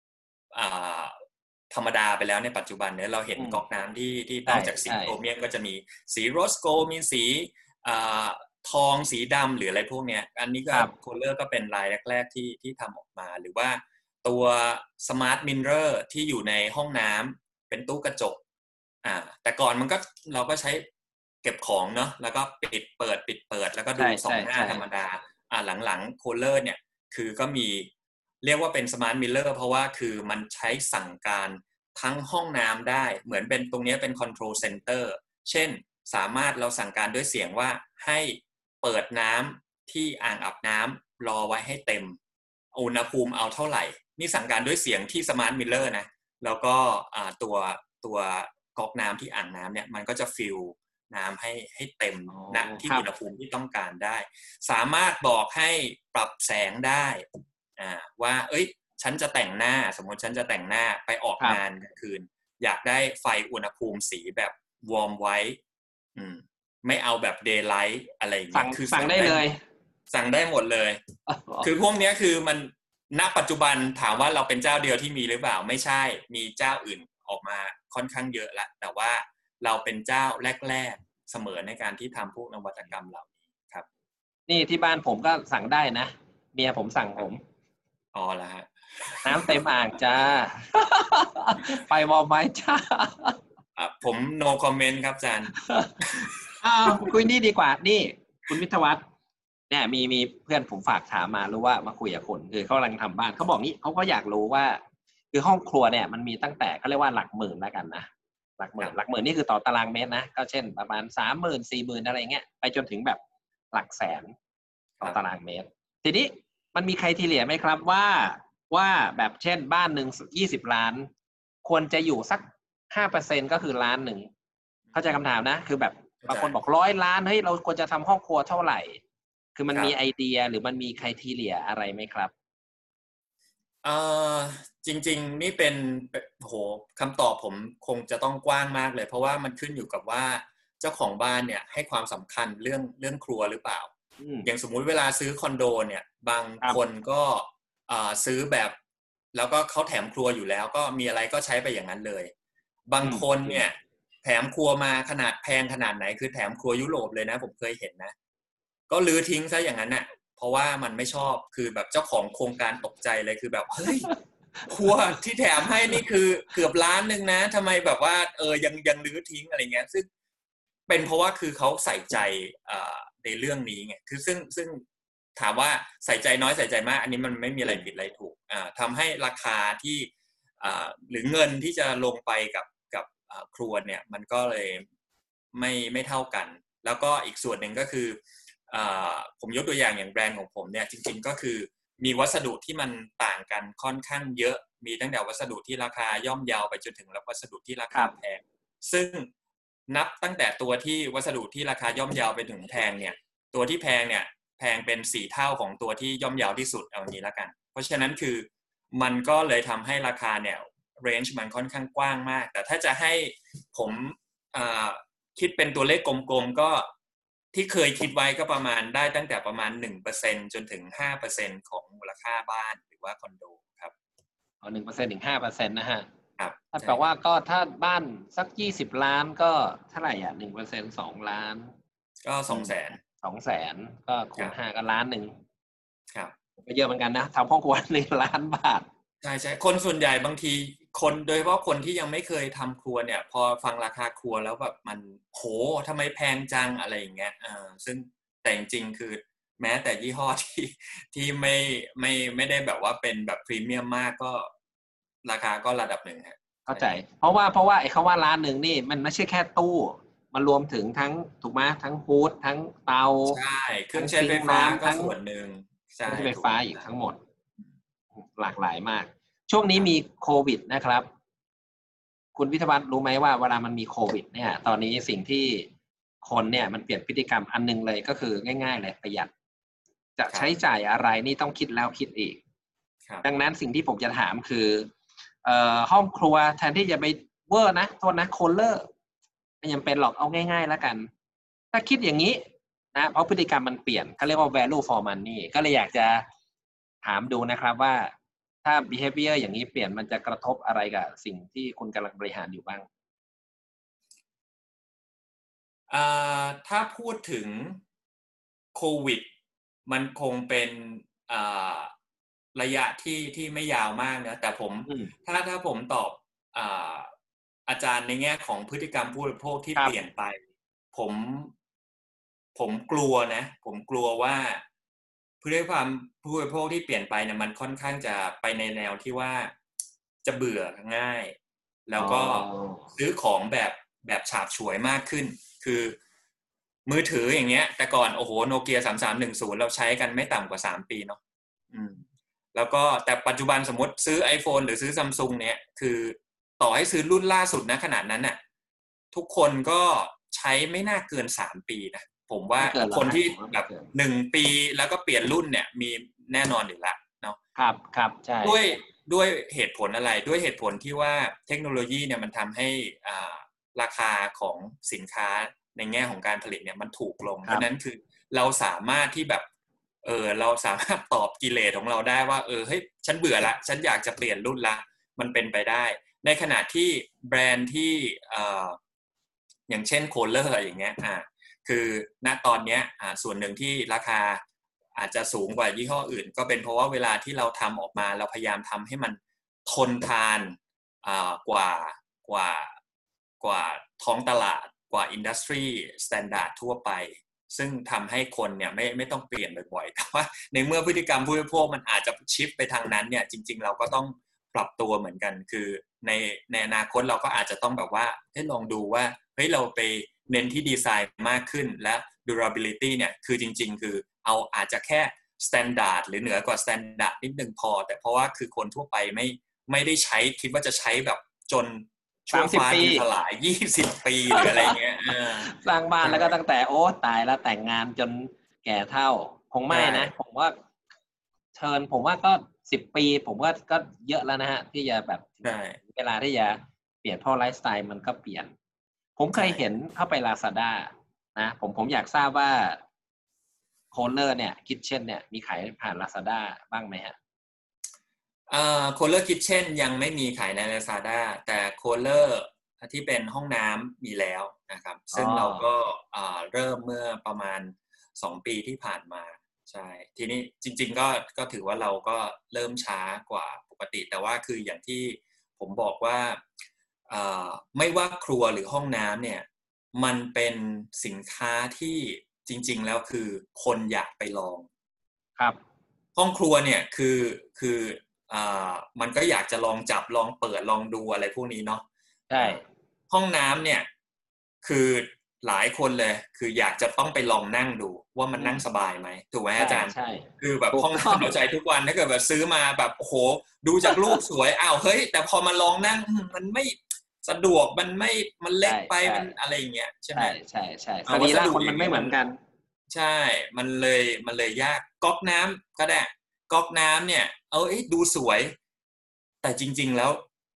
ธรรมดาไปแล้วในปัจจุบันเนี่ยเราเห็นก๊อกน้ำที่ที่นอกจากสีโครเมียมก็จะมีสีโรสโกมีสีทองสีดำหรืออะไรพวกเนี้ยอันนี้ก็โคเลอร์ก็เป็นรายแรกๆที่ที่ทำออกมาหรือว่าตัวสมาร์ทมิเรอร์ที่อยู่ในห้องน้ำเป็นตู้กระจกอ่าแต่ก่อนมันก็เราก็ใช้เก็บของเนาะแล้วก็ปิดเปิดปิดเปิดแล้วก็ดูสองหน้าธรรมดาอ่าหลังๆโคเลอร์เนี่ยคือก็มีเรียกว่าเป็นสมาร์ทมิเรอร์เพราะว่าคือมันใช้สั่งการทั้งห้องน้ำได้เหมือนเป็นตรงนี้เป็นคอนโทรลเซ็นเตอร์เช่นสามารถเราสั่งการด้วยเสียงว่าให้เปิดน้ำที่อ่างอาบน้ำรอไว้ให้เต็มอุณหภูมิเอาเท่าไหร่นี่สั่งการด้วยเสียงที่สมาร์ทมิเรอร์นะแล้วก็ตัวตัวก๊อกน้ำที่อ่างน้ำเนี่ยมันก็จะฟิลน้ำให้ให้เต็มณที่อุณหภูมิที่ต้องการได้สามารถบอกให้ปรับแสงได้อ่าว่าเอ้ยฉันจะแต่งหน้าสมมติฉันจะแต่งหน้าไปออกงานกลางคืนอยากได้ไฟอุณหภูมิสีแบบวอร์มไว้อืมไม่เอาแบบเดย์ไลท์อะไรอย่างเงี้ยคือสั่งได้เลยสั่งได้หมดเลยคือพวกนี้คือมันณปัจจุบันถามว่าเราเป็นเจ้าเดียวที่มีหรือเปล่าไม่ใช่มีเจ้าอื่นออกมาค่อนข้างเยอะแล้วแต่ว่าเราเป็นเจ้าแรกๆเสมอในการที่ทำพวกนวัตกรรมเหล่านี้ครับนี่ที่บ้านผมก็สั่งได้นะเมียผมสั่งผมอ๋อละฮะน้ำเต็มอ่างจ้าไฟวอลไหมจ้าผม no comment ครับอาจารย์อ้าวคุยนี่ดีกว่านี่คุณวิทยวัฒน์เนี่ยมีมีเพื่อนผมฝากถามมารู้ว่ามาคุยกับคนคือเขากำลังทำบ้านเขาบอกนี้เขาก็อยากรู้ว่าคือห้องครัวเนี่ยมันมีตั้งแต่เขาเรียกว่าหลักหมื่นแล้วกันนะหลักหมื่นหลักหมื่นนี่คือต่อตารางเมตรนะก็เช่นประมาณสามหมื่นสี่หมื่นอะไรเงี้ยไปจนถึงแบบหลักแสนต่อตารางเมตรทีนี้มันมีใครทีเหลียไหมครับว่าว่าแบบเช่นบ้านหนึ่งยี่สิบล้านควรจะอยู่สักห้าเปอร์เซ็นต์ก็คือล้านหนึ่งเข้าใจคำถามนะคือแบบบางคนบอกร้อยล้านเฮ้ยเราควรจะทำห้องครัวเท่าไหร่คือมันมีไอเดียหรือมันมีใครทีเหลียอะไรไหมครับเอ่อจริงๆนี่เป็นโหคำตอบผมคงจะต้องกว้างมากเลยเพราะว่ามันขึ้นอยู่กับว่าเจ้าของบ้านเนี่ยให้ความสำคัญเรื่องเรื่องครัวหรือเปล่าอย่างสมมุติเวลาซื้อคอนโดเนี่ยบางคนก็ซื้อแบบแล้วก็เขาแถมครัวอยู่แล้วก็มีอะไรก็ใช้ไปอย่างนั้นเลยบางคนเนี่ยแถมครัวมาขนาดแพงขนาดไหนคือแถมครัวยุโรปเลยนะผมเคยเห็นนะก็ลื้อทิ้งซะอย่างนั้นน่ะเพราะว่ามันไม่ชอบคือแบบเจ้าของโครงการตกใจเลยคือแบบเฮ้ยครัวที่แถมให้นี่คือเกือบล้านนึงนะทำไมแบบว่าเออยังยังลื้อทิ้งอะไรเงี้ยซึ่งเป็นเพราะว่าคือเขาใส่ใจในเรื่องนี้ไงคือซึ่งซึ่งถามว่าใส่ใจน้อยใส่ใจมากอันนี้มันไม่มีอะไรผิดอะไรถูกทำให้ราคาที่หรือเงินที่จะลงไปกับกับครัวเนี่ยมันก็เลยไม่ไม่เท่ากันแล้วก็อีกส่วนหนึ่งก็คือผมยกตัวอย่างอย่างแบรนด์ของผมเนี่ยจริงๆก็คือมีวัสดุที่มันต่างกันค่อนข้างเยอะมีตั้งแต่วัสดุที่ราคาย่อมเยาไปจนถึงวัสดุที่ราคาแพงซึ่งนับตั้งแต่ตัวที่วัสดุที่ราคาย่อมเยาไปถึงแพงเนี่ยตัวที่แพงเนี่ยแพงเป็นสี่เท่าของตัวที่ย่อมเยาที่สุดเอางี้ละกันเพราะฉะนั้นคือมันก็เลยทำให้ราคาเนี่ยเรนจ์มันค่อนข้างกว้างมากแต่ถ้าจะให้ผมคิดเป็นตัวเลขกลมๆก็ที่เคยคิดไว้ก็ประมาณได้ตั้งแต่ประมาณ หนึ่งเปอร์เซ็นต์ จนถึง ห้าเปอร์เซ็นต์ ของมูลค่าบ้านหรือว่าคอนโดครับอ๋อ หนึ่งเปอร์เซ็นต์ ถึง ห้าเปอร์เซ็นต์ นะฮะครับถ้าแปลว่าก็ถ้าบ้านสักยี่สิบล้านก็เท่าไหร่อ่ะ หนึ่งเปอร์เซ็นต์ สองล้านก็ สองแสนสองแสนก็คูณห้าก็ล้านนึงครับก็เยอะเหมือนกันนะทำห้องครัวหนึ่งล้านบาทใช่ๆคนส่วนใหญ่บางทีคนโดยเฉพาะคนที่ยังไม่เคยทำครัวเนี่ยพอฟังราคาครัวแล้วแบบมันโหทำไมแพงจังอะไรอย่างเงี้ยเออซึ่งแต่จริงๆคือแม้แต่ยี่ห้อที่ที่ไม่ไม่ไม่ได้แบบว่าเป็นแบบพรีเมียมมากก็ราคาก็ระดับหนึ่งฮะเข้าใจเพราะว่าเพราะว่าไอ้คำว่าร้านหนึ่งนี่มันไม่ใช่แค่ตู้มันรวมถึงทั้งถูกไหมทั้งฮูดทั้งเตาใช่เครื่องใช้ไฟฟ้าก็ส่วนหนึ่งใช่เครื่องใช้ไฟฟ้าอีกทั้งหมดหลากหลายมากช่วงนี้มีโควิดนะครับคุณวิทยาวัฒน์รู้ไหมว่าเวลามันมีโควิดเนี่ยตอนนี้สิ่งที่คนเนี่ยมันเปลี่ยนพฤติกรรมอันนึงเลยก็คือง่ายๆเลยประหยัดจะใช้จ่ายอะไรนี่ต้องคิดแล้วคิดอีกดังนั้นสิ่งที่ผมจะถามคือเอ่อห้องครัวแทนที่จะไปเวอร์นะโทษนะโคลเลอร์ไม่จำเป็นหรอกเอาง่ายๆแล้วกันถ้าคิดอย่างนี้นะเพราะพฤติกรรมมันเปลี่ยนเขาเรียกว่า value for money ก็เลยอยากจะถามดูนะครับว่าถ้า behavior อย่างนี้เปลี่ยนมันจะกระทบอะไรกับสิ่งที่คุณกำลังบริหารอยู่บ้างอ่าถ้าพูดถึงโควิดมันคงเป็นอ่าระยะที่ที่ไม่ยาวมากนะแต่ผมถ้าถ้าผมตอบอ่าอาจารย์ในแง่ของพฤติกรรมผู้บริโภคที่เปลี่ยนไปผมผมกลัวนะผมกลัวว่าพฤติกรรมผู้บริโภคที่เปลี่ยนไปเนี่ยมันค่อนข้างจะไปในแนวที่ว่าจะเบื่อง่ายแล้วก็ซื้อของแบบแบบฉาบฉวยมากขึ้นคือมือถืออย่างเงี้ยแต่ก่อนโอ้โหโนเกียสามสามหนึ่งศูนย์เราใช้กันไม่ต่ำกว่าสามปีเนาะอืมแล้วก็แต่ปัจจุบันสมมติซื้อ iPhone หรือซื้อ Samsung เนี่ยคือต่อให้ซื้อรุ่นล่าสุดนะขนาดนั้นน่ะทุกคนก็ใช้ไม่น่าเกินสามปีนะผมว่าคนที่แบบหนึ่งปีแล้วก็เปลี่ยนรุ่นเนี่ยมีแน่นอนอยู่แล้วเนาะครับครับใช่ด้วยด้วยเหตุผลอะไรด้วยเหตุผลที่ว่าเทคโนโลยีเนี่ยมันทำให้อ่าราคาของสินค้าในแง่ของการผลิตเนี่ยมันถูกลงเพราะนั้นคือเราสามารถที่แบบเออเราสามารถตอบกิเลสของเราได้ว่าเออเฮ้ยฉันเบื่อละฉันอยากจะเปลี่ยนรุ่นละมันเป็นไปได้ในขณะที่แบรนด์ที่เอ่ออย่างเช่นโคลเลอร์อย่างเงี้ยอ่าคือณตอนนี้อ่าส่วนหนึ่งที่ราคาอาจจะสูงกว่ายี่ห้ออื่นก็เป็นเพราะว่าเวลาที่เราทำออกมาเราพยายามทำให้มันทนทานอ่ากว่ากว่ากว่าท้องตลาดกว่าอินดัสทรีสแตนดาร์ดทั่วไปซึ่งทำให้คนเนี่ยไม่ไม่ต้องเปลี่ยนบ่อยๆแต่ว่าในเมื่อพฤติกรรมผู้บริโภคมันอาจจะชิฟไปทางนั้นเนี่ยจริงๆเราก็ต้องปรับตัวเหมือนกันคือในในอนาคตเราก็อาจจะต้องแบบว่าให้ลองดูว่าเฮ้ยเราไปเน้นที่ดีไซน์มากขึ้นและ durability เนี่ยคือจริงๆคือเอาอาจจะแค่ standard หรือเหนือกว่า standard นิดนึงพอแต่เพราะว่าคือคนทั่วไปไม่ไม่ได้ใช้คิดว่าจะใช้แบบจนช่วงฟ้าดินถลายยี่สิบปีหรืออะไรเงี้ยสร้างบ้านแล้วก็ตั้งแต่โอ้ตายแล้วแต่งงานจนแก่เฒ่าคงไม่นะผมว่าเชิญผมว่าก็สิบปีผมว่าก็เยอะแล้วนะฮะที่จะแบบเวลาที่จะเปลี่ยนเพราะไลฟ์สไตล์มันก็เปลี่ยนผมเคยเห็นเข้าไป Lazada นะผมผมอยากทราบว่าโคลเลอร์เนี่ยคิทเช่นเนี่ยมีขายผ่าน Lazada บ้างไหมฮะเอ่อโคลเลอร์คิทเช่นยังไม่มีขายใน Lazada แต่โคลเลอร์ที่เป็นห้องน้ำมีแล้วนะครับซึ่งเราก็เริ่มเมื่อประมาณสองปีที่ผ่านมาใช่ทีนี้จริงๆก็ก็ถือว่าเราก็เริ่มช้ากว่าปกติแต่ว่าคืออย่างที่ผมบอกว่าไม่ว่าครัวหรือห้องน้ำเนี่ยมันเป็นสินค้าที่จริงๆแล้วคือคนอยากไปลองครับห้องครัวเนี่ยคือคืออ่ามันก็อยากจะลองจับลองเปิดลองดูอะไรพวกนี้เนาะใช่ห้องน้ำเนี่ยคือหลายคนเลยคืออยากจะต้องไปลองนั่งดูว่ามันนั่งสบายไหมถูกไหมอาจารย์ใช่คือแบบห้องน้ำเราใช้ทุกวันถ้าเกิดแบบซื้อมาแบบโอ้โหดูจากรูปสวยอ้าวเฮ้ยแต่พอมาลองนั่งมันไม่สะดวกมันไม่มันเล็กไปมันอะไรอย่างเงี้ยใช่ไหมใช่ใช่สรีระคนมันไม่เหมือนกันใช่มันเลยมันเลยยากก๊อกน้ำก็ได้ก๊อกน้ำเนี่ยเออดูสวยแต่จริงๆแล้ว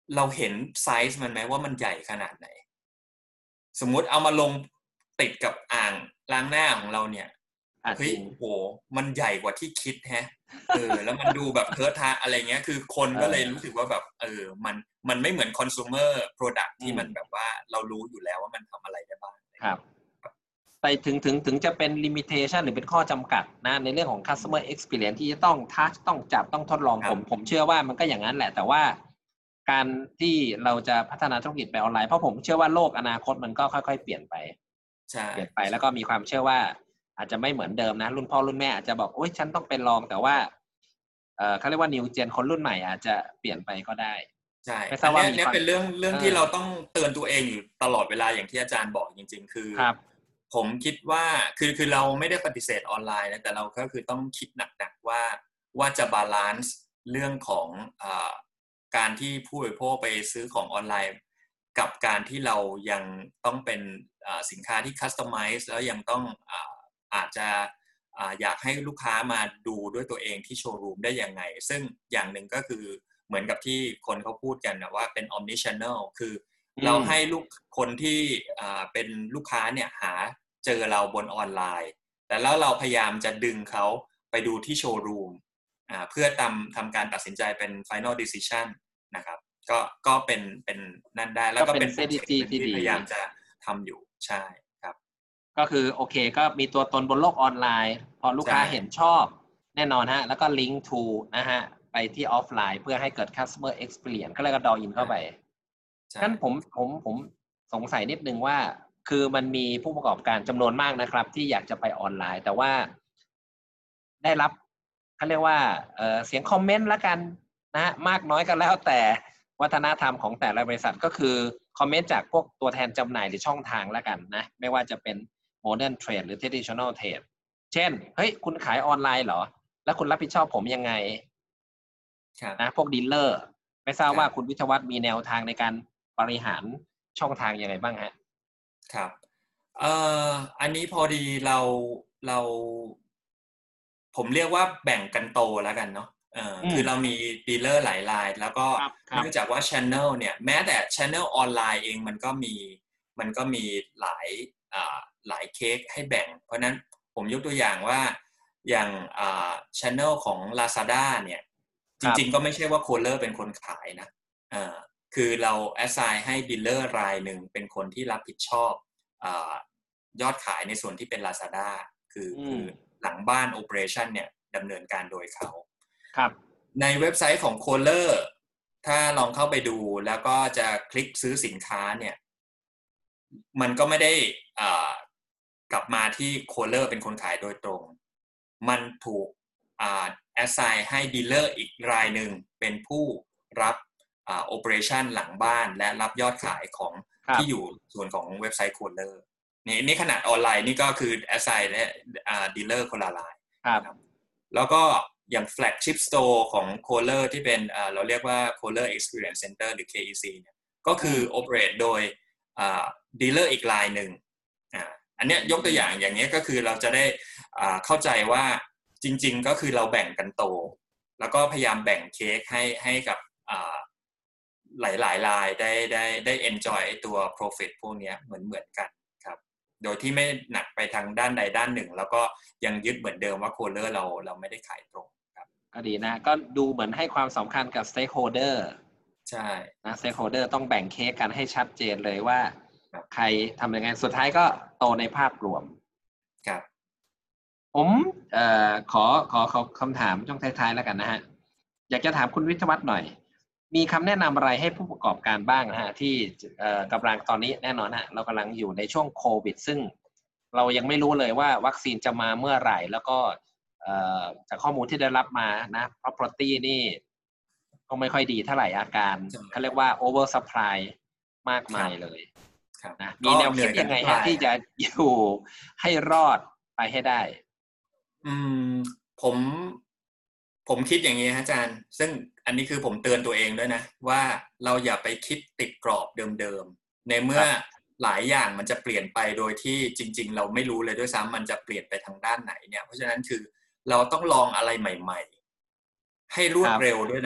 เราเห็นไซส์มันไหมว่ามันใหญ่ขนาดไหนสมมุติเอามาลงติดกับอ่างล้างหน้าของเราเนี่ยเฮ้ยโหมันใหญ่กว่าที่คิดแฮะเออแล้วมันดูแบบเทอะทะอะไรเงี้ยคือคนก็เลยรู้สึกว่าแบบเออมันมันไม่เหมือน consumer product ที่มันแบบว่าเรารู้อยู่แล้วว่ามันทำอะไรได้บ้างครับแต่ถึงถึงถึงจะเป็น limitation หรือเป็นข้อจำกัดนะในเรื่องของ customer experience ที่จะต้อง touch ต้องจับต้องทดลองผมผมเชื่อว่ามันก็อย่างนั้นแหละแต่ว่าการที่เราจะพัฒนาธุรกิจไปออนไลน์เพราะผมเชื่อว่าโลกอนาคตมันก็ค่อยๆเปลี่ยนไปเปลี่ยนไปแล้วก็มีความเชื่อว่าอาจจะไม่เหมือนเดิมนะรุ่นพ่อรุ่นแม่อาจจะบอกโอ๊ยฉันต้องไปลองแต่ว่าเอ่อเขาเรียกว่า new gen คนรุ่นใหม่อาจจะเปลี่ยนไปก็ได้ใช่อันนี้เนี่ยเป็นเรื่องเรื่องที่เราต้องเตือนตัวเองอยู่ตลอดเวลาอย่างที่อาจารย์บอกจริงๆคือผมคิดว่าคือคือเราไม่ได้ปฏิเสธออนไลน์นะแต่เราก็คือต้องคิดหนักๆว่าว่าจะบาลานซ์เรื่องของอ่าการที่ผู้บริโภคไปซื้อของออนไลน์กับการที่เรายังต้องเป็นสินค้าที่คัสตอมไมซ์แล้วยังต้องอ่าอาจจะอยากให้ลูกค้ามาดูด้วยตัวเองที่โชว์รูมได้ยังไงซึ่งอย่างหนึ่งก็คือเหมือนกับที่คนเขาพูดกันนะว่าเป็น omnichannel คือเราให้ลูกคนที่เป็นลูกค้าเนี่ยหาเจอเราบนออนไลน์แต่แล้วเราพยายามจะดึงเขาไปดูที่โชว์รูมเพื่อทำทำการตัดสินใจเป็น final decision นะครับก็ก็เป็นเป็นนั่นได้แล้วก็เป็น strategy ที่ดีพยายามจะทำอยู่ใช่ครับก็คือโอเคก็มีตัวตนบนโลกออนไลน์พอลูกค้าเห็นชอบแน่นอนฮะแล้วก็ link to นะฮะไปที่ออฟไลน์เพื่อให้เกิด customer experience ก็เลยก็ดออินเข้าไปงั้นผมผมผมสงสัยนิดนึงว่าคือมันมีผู้ประกอบการจำนวนมากนะครับที่อยากจะไปออนไลน์แต่ว่าได้รับเขาเรียกว่าเอ่อเสียงคอมเมนต์ละกันนะมากน้อยก็แล้วแต่วัฒนธรรมของแต่ละบริษัทก็คือคอมเมนต์จากพวกตัวแทนจำหน่ายหรือช่องทางละกันนะไม่ว่าจะเป็น modern trade หรือ traditional trade เช่นเฮ้ยคุณขายออนไลน์เหรอแล้วคุณรับผิดชอบผมยังไงนะพวกดีลเลอร์ไม่ทราบว่าคุณวิทยวัฒน์มีแนวทางในการบริหารช่องทางยังไงบ้างฮะครับเอ่ออันนี้พอดีเราเราผมเรียกว่าแบ่งกันโตแล้วกันเนาะเออคือเรามีดีลเลอร์หลายรายแล้วก็เนื่องจากว่า channel เนี่ยแม้แต่ channel ออนไลน์เองมันก็มีมันก็มีหลายอ่าหลายเค้กให้แบ่งเพราะนั้นผมยกตัวอย่างว่าอย่างอ่า channel ของ Lazada เนี่ยจริงๆก็ไม่ใช่ว่าโคเลอร์เป็นคนขายนะเออคือเรา assign ให้ดีลเลอร์รายหนึ่งเป็นคนที่รับผิดชอบอ่ายอดขายในส่วนที่เป็น Lazada คือคือหลังบ้าน Operation เนี่ยดำเนินการโดยเขาครับในเว็บไซต์ของ Kohler ถ้าลองเข้าไปดูแล้วก็จะคลิกซื้อสินค้าเนี่ยมันก็ไม่ได้กลับมาที่ Kohler เป็นคนขายโดยตรงมันถูกแอสไซน์ให้ดีลเลอร์อีกรายหนึ่งเป็นผู้รับโอเปอเรชั่นหลังบ้านและรับยอดขายของที่อยู่ส่วนของเว็บไซต์ Kohler นี่นี่ขนาดออนไลน์นี่ก็คือแอสไซน์และดีลเลอร์คนละรายครับแล้วก็อย่าง flagship store ของ Kohler ที่เป็นเราเรียกว่า Kohler Experience Center หรือ เค อี ซี เนี่ยก็คือ operate โดยดีลเลอร์อีกรายหนึ่งอันนี้ยกตัวอย่างอย่างนี้ก็คือเราจะได้เข้าใจว่าจริงๆก็คือเราแบ่งกันโตแล้วก็พยายามแบ่งเค้กให้ให้กับหลายๆรายได้ได้ได้ enjoy ตัว profit พวกนี้เหมือนเหมือนกันครับโดยที่ไม่หนักไปทางด้านใดด้านหนึ่งแล้วก็ยังยึดเหมือนเดิมว่าโคเลอร์เราเราไม่ได้ขายตรงครับก็ดีนะก็ดูเหมือนให้ความสำคัญกับ stakeholder ใช่นะ stakeholder ต้องแบ่งเค้กกันให้ชัดเจนเลยว่าใครทำยังไงสุดท้ายก็โตในภาพรวมครับผมเอ่อขอขอขอคำถามช่วงท้ายๆแล้วกันนะฮะอยากจะถามคุณวิทยวัฒน์หน่อยมีคำแนะนำอะไรให้ผู้ประกอบการบ้างนะฮะที่เอ่อกำลังตอนนี้แน่นอนฮะเรากำลังอยู่ในช่วงโควิดซึ่งเรายังไม่รู้เลยว่าวัคซีนจะมาเมื่อไหร่แล้วก็เอ่อจากข้อมูลที่ได้รับมานะ property นี่ก็ไม่ค่อยดีเท่าไหร่อาการเขาเรียกว่า over supply มากมายเลยนะมีแนวคิดยังไงฮะที่จะอยู่ให้รอดไปให้ได้อืมผมผมคิดอย่างนี้ฮะอาจารย์ซึ่งอันนี้คือผมเตือนตัวเองด้วยนะว่าเราอย่าไปคิดติดกรอบเดิมๆในเมื่อหลายอย่างมันจะเปลี่ยนไปโดยที่จริงๆเราไม่รู้เลยด้วยซ้ำมันจะเปลี่ยนไปทางด้านไหนเนี่ยเพราะฉะนั้นคือเราต้องลองอะไรใหม่ๆให้รวดเร็วด้วยนะ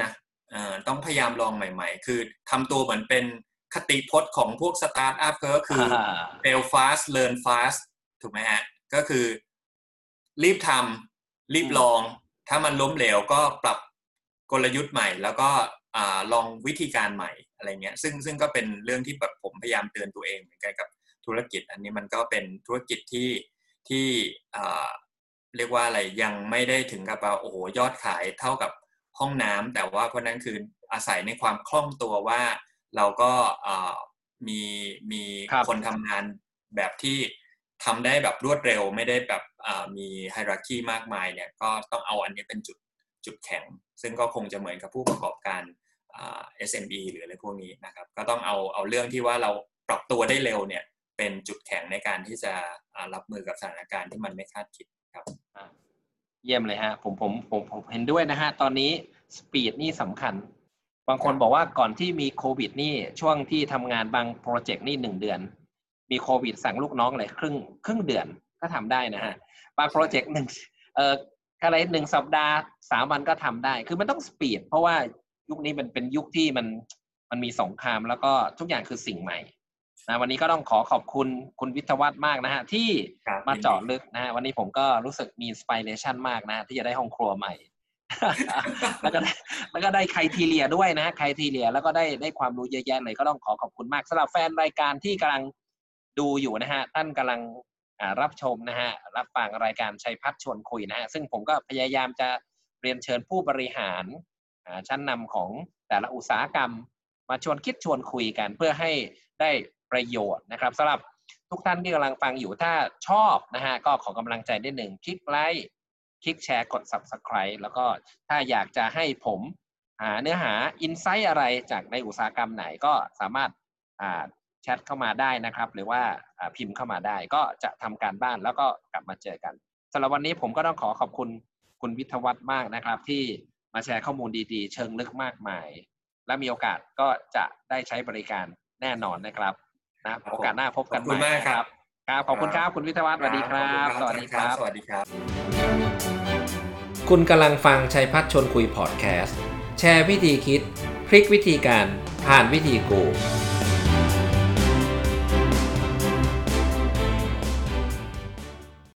เอ่อต้องพยายามลองใหม่ๆคือทำตัวเหมือนเป็นคติพจน์ของพวกสตาร์ทอัพก็คือ fail fast learn fast ถูกไหมฮะก็คือรีบทำรีบลองถ้ามันล้มเหลวก็ปรับกลยุทธ์ใหม่แล้วก็อ่าลองวิธีการใหม่อะไรเงี้ยซึ่งซึ่งก็เป็นเรื่องที่แบบผมพยายามเตือนตัวเองเหมือนกันกับธุรกิจอันนี้มันก็เป็นธุรกิจที่ที่อ่าเรียกว่าอะไรยังไม่ได้ถึงกับว่าโอ้โหยอดขายเท่ากับห้องน้ำแต่ว่าเพราะนั้นคืออาศัยในความคล่องตัวว่าเราก็มีมีคนทำงานแบบที่ทำได้แบบรวดเร็วไม่ได้แบบมีไฮรักีมากมายเนี่ยก็ต้องเอาอันนี้เป็นจุดจุดแข็งซึ่งก็คงจะเหมือนกับผู้ประกอบการเอส เอ็ม อี หรืออะไรพวกนี้นะครับก็ต้องเอาเอาเรื่องที่ว่าเราปรับตัวได้เร็วเนี่ยเป็นจุดแข็งในการที่จะรับมือกับสถานการณ์ที่มันไม่คาดคิดครับเยี่ยมเลยฮะผมผมผมผมเห็นด้วยนะฮะตอนนี้สปีดนี่สำคัญบางคนบอกว่าก่อนที่มีโควิดนี่ช่วงที่ทำงานบางโปรเจกต์นี่หนึ่งเดือนมีโควิดสั่งลูกน้องเลยครึ่งครึ่งเดือนก็ทำได้นะฮะบางโปรเจกต์หนึ่งเอ่ออะไรหนึ่งสัปดาห์สามวันก็ทำได้คือมันต้องสปีดเพราะว่ายุคนี้มันเป็นยุคที่มันมันมีสงครามแล้วก็ทุกอย่างคือสิ่งใหม่นะวันนี้ก็ต้องขอขอบคุณคุณวิทยวัฒน์มากนะฮะที่มาเจาะลึกนะฮะวันนี้ผมก็รู้สึกมีอินสไปเรชันมากนะที่จะได้ห้องครัวใหม่ แล้วก็แล้วก็ได้ไครทีเรียด้วยนะฮะไครทีเรียแล้วก็ได้ได้ความรู้เยอะแยะเลยก็ต้องขอขอบคุณมากสำหรับแฟนรายการที่กำลังดูอยู่นะฮะท่านกำลังรับชมนะฮะรับฟังรายการชัยพัฒน์ชวนคุยนะฮะซึ่งผมก็พยายามจะเรียนเชิญผู้บริหารชั้นนำของแต่ละอุตสาหกรรมมาชวนคิดชวนคุยกันเพื่อให้ได้ประโยชน์นะครับสำหรับทุกท่านที่กำลังฟังอยู่ถ้าชอบนะฮะก็ขอกำลังใจได้หนึ่งคลิกไลค์คลิกแชร์กด ซับสไครบ์ แล้วก็ถ้าอยากจะให้ผมหาเนื้อหาอินไซต์อะไรจากในอุตสาหกรรมไหนก็สามารถแชทเข้ามาได้นะครับหรือว่าพิมพ์เข้ามาได้ก็จะทำการบ้านแล้วก็กลับมาเจอกันสำหรับวันนี้ผมก็ต้องขอขอบคุณคุณวิทยวัฒน์มากนะครับที่มาแชร์ข้อมูลดีๆเชิงลึกมากมายและมีโอกาสก็จะได้ใช้บริการแน่นอนนะครับนะโอกาสหน้าพบกันใหม่ครับครับขอบคุณครับคุณวิทยวัฒน์สวัสดีครับสวัสดีครับสวัสดีครับคุณกำลังฟังชัยพัฒน์ชวนคุยพอดแคสต์แชร์วิธีคิดพลิกวิธีการผ่านวิธีกู